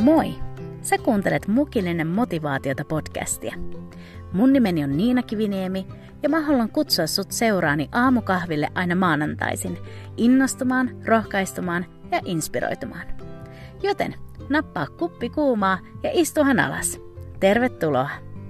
Moi! Sä kuuntelet Mukillinen motivaatiota podcastia. Mun nimeni on Niina Kiviniemi ja mä haluan kutsua sut seuraani aamukahville aina maanantaisin innostumaan, rohkaistumaan ja inspiroitumaan. Joten nappaa kuppi kuumaa ja istuhan alas. Tervetuloa!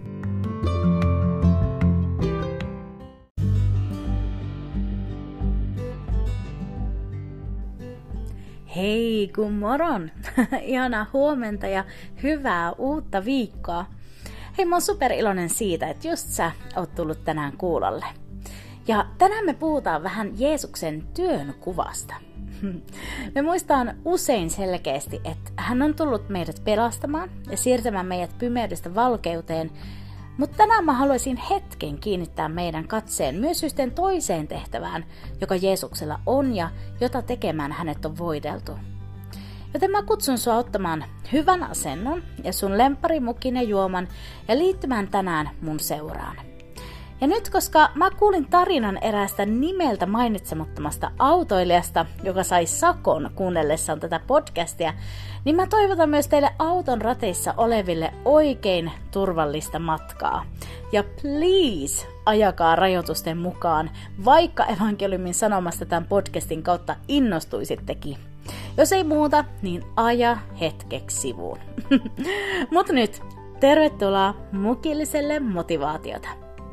Hei, kun moron! Ihanaa huomenta ja hyvää uutta viikkoa. Hei, mä oon superiloinen siitä, että just sä oot tullut tänään kuulolle. Ja tänään me puhutaan vähän Jeesuksen työn kuvasta. Me muistaan usein selkeästi, että hän on tullut meidät pelastamaan ja siirtämään meidät pimeydestä valkeuteen, mutta tänään mä haluaisin hetken kiinnittää meidän katseen myös yhteen toiseen tehtävään, joka Jeesuksella on ja jota tekemään hänet on voideltu. Joten mä kutsun sua ottamaan hyvän asennon ja sun lempparimukin ja juoman ja liittymään tänään mun seuraan. Ja nyt, koska mä kuulin tarinan eräästä nimeltä mainitsemattomasta autoilijasta, joka sai sakon kuunnellessaan tätä podcastia, niin mä toivotan myös teille auton rateissa oleville oikein turvallista matkaa. Ja please, ajakaa rajoitusten mukaan, vaikka evankeliumin sanomasta tämän podcastin kautta innostuisittekin. Jos ei muuta, niin aja hetkeksi sivuun. Mut nyt, tervetuloa Mukilliselle motivaatiota.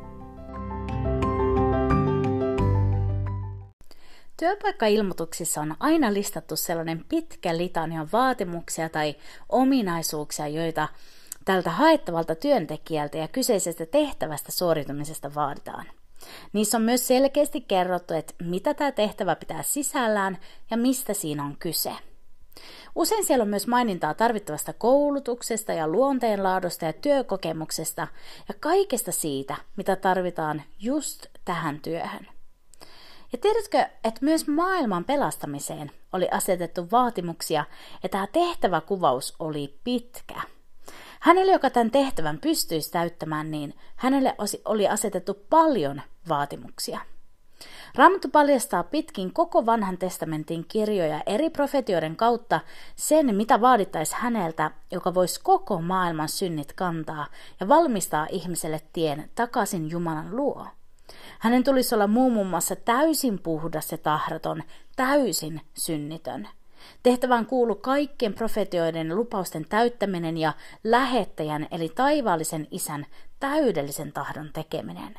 Työpaikkailmoituksissa on aina listattu sellainen pitkä litania vaatimuksia tai ominaisuuksia, joita tältä haettavalta työntekijältä ja kyseisestä tehtävästä suoritumisesta vaaditaan. Niissä on myös selkeästi kerrottu, että mitä tämä tehtävä pitää sisällään ja mistä siinä on kyse. Usein siellä on myös mainintaa tarvittavasta koulutuksesta ja luonteenlaadusta ja työkokemuksesta ja kaikesta siitä, mitä tarvitaan just tähän työhön. Ja tiedätkö, että myös maailman pelastamiseen oli asetettu vaatimuksia ja tämä tehtäväkuvaus oli pitkä. Hänelle, joka tämän tehtävän pystyisi täyttämään, niin hänelle oli asetettu paljon vaatimuksia. Raamattu paljastaa pitkin koko vanhan testamentin kirjoja eri profetioiden kautta sen, mitä vaadittaisi häneltä, joka voisi koko maailman synnit kantaa ja valmistaa ihmiselle tien takaisin Jumalan luo. Hänen tulisi olla muun muassa täysin puhdas ja tahraton, täysin synnitön. Tehtävään kuului kaikkien profetioiden lupausten täyttäminen ja lähettäjän eli taivaallisen isän täydellisen tahdon tekeminen.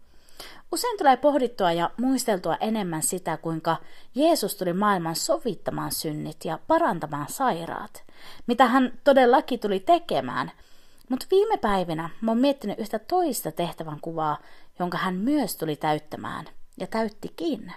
Usein tulee pohdittua ja muisteltua enemmän sitä, kuinka Jeesus tuli maailman sovittamaan synnit ja parantamaan sairaat, mitä hän todellakin tuli tekemään. Mutta viime päivinä mä oon miettinyt yhtä toista tehtävän kuvaa, jonka hän myös tuli täyttämään ja täyttikin.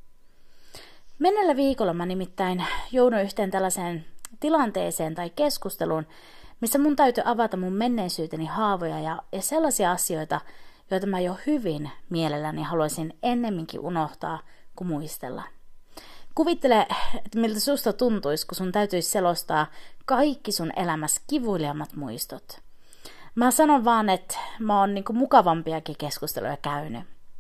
Menneellä viikolla mä nimittäin joudun yhteen tällaiseen tilanteeseen tai keskusteluun, missä mun täytyy avata mun menneisyyteni haavoja ja sellaisia asioita, joita mä jo hyvin mielelläni haluaisin ennemminkin unohtaa kuin muistella. Kuvittele, että miltä susta tuntuisi, kun sun täytyisi selostaa kaikki sun elämässä kivuliaimmat muistot. Mä sanon vaan, että mä oon mukavampiakin keskusteluja käynyt.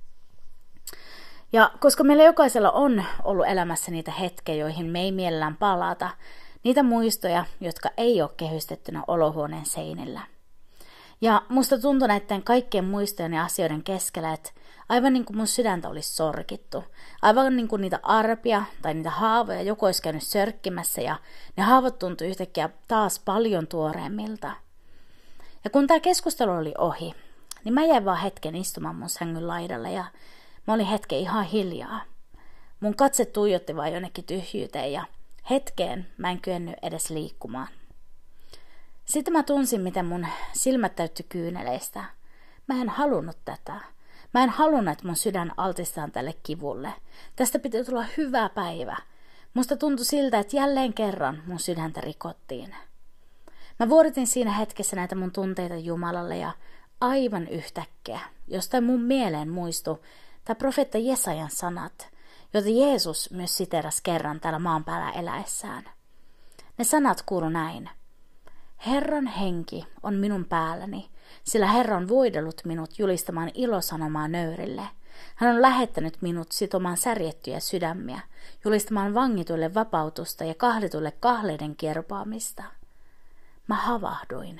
Ja koska meillä jokaisella on ollut elämässä niitä hetkiä, joihin me ei mielellään palata, niitä muistoja, jotka ei ole kehystettynä olohuoneen seinillä. Ja musta tuntuu näiden kaikkien muistojen ja asioiden keskellä, että aivan niin kuin mun sydäntä olisi sorkittu. Aivan niin kuin niitä arpia tai niitä haavoja joku olisi käynyt sörkkimässä ja ne haavot tuntui yhtäkkiä taas paljon tuoreemmilta. Ja kun tämä keskustelu oli ohi, niin mä jäin vaan hetken istumaan mun sängyn laidalle ja mä olin hetken ihan hiljaa. Mun katse tuijotti vaan jonnekin tyhjyyteen ja hetkeen mä en kyennyt edes liikkumaan. Sitten mä tunsin, miten mun silmät täyttyi kyyneleistä. Mä en halunnut tätä. Mä en halunnut, että mun sydän altistaan tälle kivulle. Tästä piti tulla hyvä päivä. Musta tuntui siltä, että jälleen kerran mun sydäntä rikottiin. Mä vuoritin siinä hetkessä näitä mun tunteita Jumalalle ja aivan yhtäkkiä jostain mun mieleen muistui tämä profeetta Jesajan sanat, joita Jeesus myös siteerasi kerran täällä maan päällä eläessään. Ne sanat kuului näin. Herran henki on minun päälläni, sillä Herra on voidellut minut julistamaan ilosanomaa nöyrille. Hän on lähettänyt minut sitomaan särjettyjä sydämiä, julistamaan vangituille vapautusta ja kahlituille kahleiden kierpaamista. mä havahduin,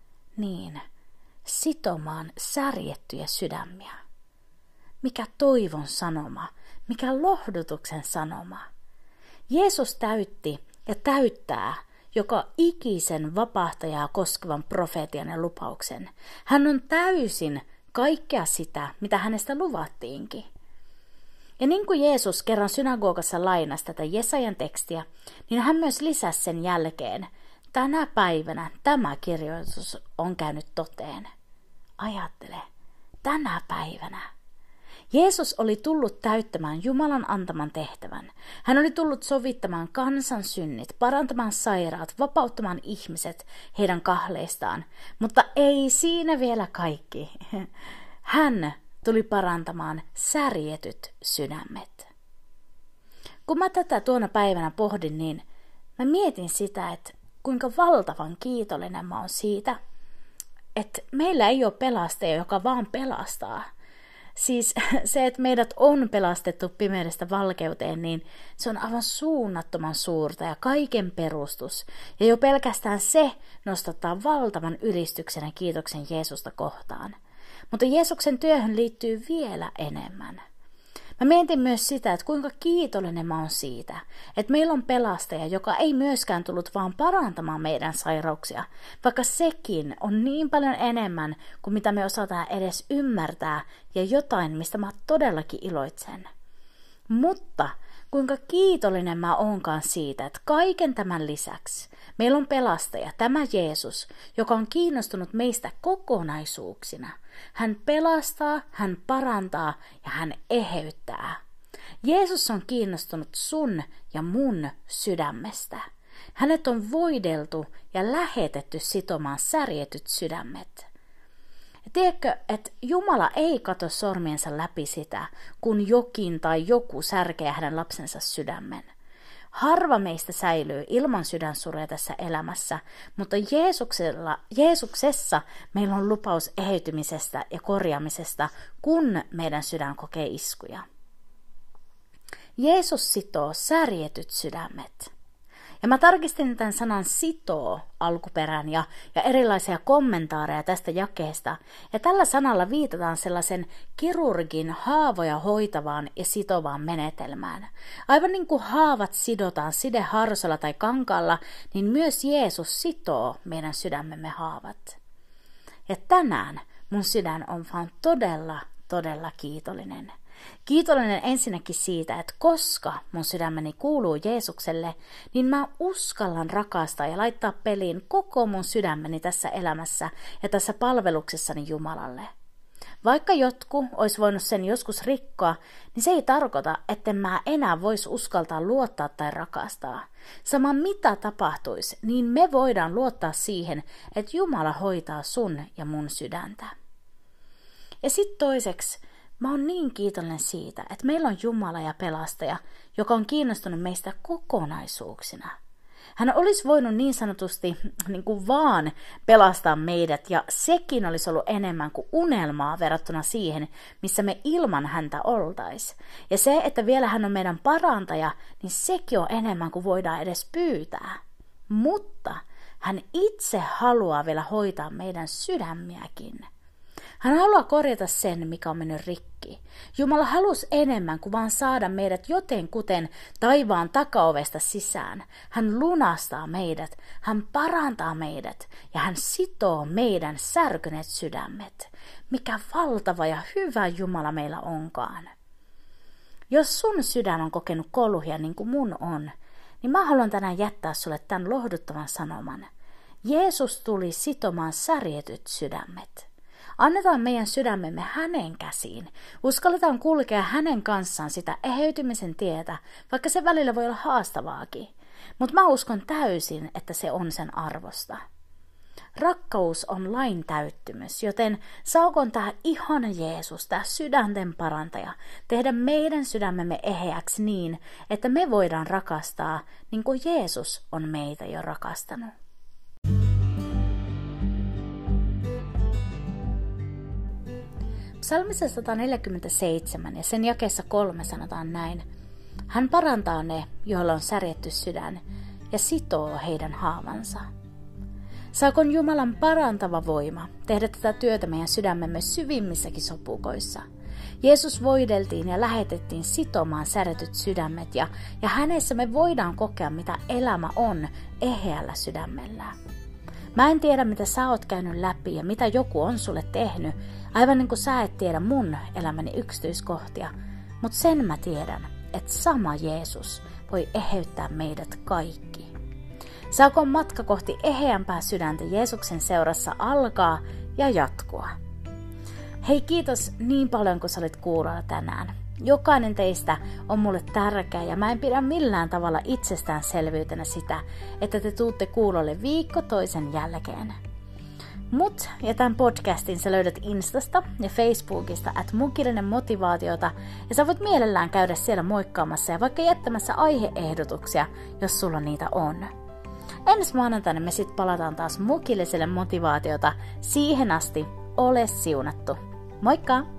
sitomaan särjettyjä sydämiä. Mikä toivon sanoma, mikä lohdutuksen sanoma. Jeesus täytti ja täyttää joka ikisen vapahtajaa koskevan profeetian ja lupauksen. Hän on täysin kaikkea sitä, mitä hänestä luvattiinkin. Ja niin kuin Jeesus kerran synagogassa lainasi tätä Jesajan tekstiä, niin hän myös lisäsi sen jälkeen, tänä päivänä tämä kirjoitus on käynyt toteen. Ajattele, tänä päivänä. Jeesus oli tullut täyttämään Jumalan antaman tehtävän. Hän oli tullut sovittamaan kansan synnit, parantamaan sairaat, vapauttamaan ihmiset heidän kahleistaan. Mutta ei siinä vielä kaikki. Hän tuli parantamaan särjetyt sydämet. Kun mä tätä tuona päivänä pohdin, niin mä mietin sitä, että kuinka valtavan kiitollinen mä oon siitä, että meillä ei ole pelastaja, joka vaan pelastaa. Siis se, että meidät on pelastettu pimeydestä valkeuteen, niin se on aivan suunnattoman suurta ja kaiken perustus. Ja jo pelkästään se nostattaa valtavan ylistyksen ja kiitoksen Jeesusta kohtaan. Mutta Jeesuksen työhön liittyy vielä enemmän. Mä mietin myös sitä, että kuinka kiitollinen mä oon siitä, että meillä on pelastaja, joka ei myöskään tullut vaan parantamaan meidän sairauksia, vaikka sekin on niin paljon enemmän kuin mitä me osataan edes ymmärtää ja jotain, mistä mä todellakin iloitsen. Mutta kuinka kiitollinen mä oonkaan siitä, että kaiken tämän lisäksi meillä on pelastaja, tämä Jeesus, joka on kiinnostunut meistä kokonaisuuksina. Hän pelastaa, hän parantaa ja hän eheyttää. Jeesus on kiinnostunut sun ja mun sydämestä. Hänet on voideltu ja lähetetty sitomaan särjetyt sydämet. Ja tiedätkö, että Jumala ei kato sormiensa läpi sitä, kun jokin tai joku särkee hänen lapsensa sydämen. Harva meistä säilyy ilman sydänsuruja tässä elämässä, mutta Jeesuksessa meillä on lupaus eheytymisestä ja korjaamisesta, kun meidän sydän kokee iskuja. Jeesus sitoo särjetyt sydämet. Ja mä tarkistin tämän sanan sitoo alkuperän ja erilaisia kommentaareja tästä jakeesta. Ja tällä sanalla viitataan sellaisen kirurgin haavoja hoitavaan ja sitovaan menetelmään. Aivan niin kuin haavat sidotaan sideharsolla tai kankaalla, niin myös Jeesus sitoo meidän sydämemme haavat. Ja tänään mun sydän on vaan todella kiitollinen. Kiitollinen ensinnäkin siitä, että koska mun sydämeni kuuluu Jeesukselle, niin mä uskallan rakastaa ja laittaa peliin koko mun sydämeni tässä elämässä ja tässä palveluksessani Jumalalle. Vaikka jotkut olisi voinut sen joskus rikkoa, niin se ei tarkoita, etten mä enää vois uskaltaa luottaa tai rakastaa. Sama mitä tapahtuisi, niin me voidaan luottaa siihen, että Jumala hoitaa sun ja mun sydäntä. Ja sitten toiseksi, mä oon niin kiitollinen siitä, että meillä on Jumala ja pelastaja, joka on kiinnostunut meistä kokonaisuuksina. Hän olisi voinut niin sanotusti vaan pelastaa meidät, ja sekin olisi ollut enemmän kuin unelmaa verrattuna siihen, missä me ilman häntä oltaisiin. Ja se, että vielä hän on meidän parantaja, niin sekin on enemmän kuin voidaan edes pyytää. Mutta hän itse haluaa vielä hoitaa meidän sydämiäkin. Hän haluaa korjata sen, mikä on mennyt rikki. Jumala halusi enemmän kuin vaan saada meidät jotenkuten taivaan takaovesta sisään. Hän lunastaa meidät, hän parantaa meidät ja hän sitoo meidän särkyneet sydämet. Mikä valtava ja hyvä Jumala meillä onkaan. Jos sun sydän on kokenut kolhia niin kuin mun on, niin mä haluan tänään jättää sulle tämän lohduttavan sanoman. Jeesus tuli sitomaan särjetyt sydämet. Annetaan meidän sydämemme hänen käsiin. Uskalletaan kulkea hänen kanssaan sitä eheytymisen tietä, vaikka se välillä voi olla haastavaakin. Mutta mä uskon täysin, että se on sen arvosta. Rakkaus on lain täyttymys, joten saakoon tämä ihana Jeesus, tämä sydänten parantaja, tehdä meidän sydämemme eheäksi niin, että me voidaan rakastaa niin kuin Jeesus on meitä jo rakastanut. Psalmissa 147 ja sen jakeessa 3 sanotaan näin. Hän parantaa ne, joilla on särjetty sydän, ja sitoo heidän haavansa. Saakoon Jumalan parantava voima tehdä tätä työtä meidän sydämemme syvimmissäkin sopukoissa. Jeesus voideltiin ja lähetettiin sitomaan särjetyt sydämet ja hänessä me voidaan kokea, mitä elämä on eheällä sydämellä. Mä en tiedä, mitä sä oot käynyt läpi ja mitä joku on sulle tehnyt, aivan niin kuin sä et tiedä mun elämäni yksityiskohtia, mutta sen mä tiedän, että sama Jeesus voi eheyttää meidät kaikki. Saakoon matka kohti eheämpää sydäntä Jeesuksen seurassa alkaa ja jatkua. Hei, kiitos niin paljon, kun sä olit kuulolla tänään. Jokainen teistä on mulle tärkeä ja mä en pidä millään tavalla itsestäänselvyytenä sitä, että te tuutte kuulolle viikko toisen jälkeen. Mut ja tämän podcastin sä löydät Instasta ja Facebookista @mukillinen motivaatiota ja sä voit mielellään käydä siellä moikkaamassa ja vaikka jättämässä aiheehdotuksia, jos sulla niitä on. Ensi maanantaina me sit palataan taas mukilliselle motivaatiota. Siihen asti ole siunattu. Moikka!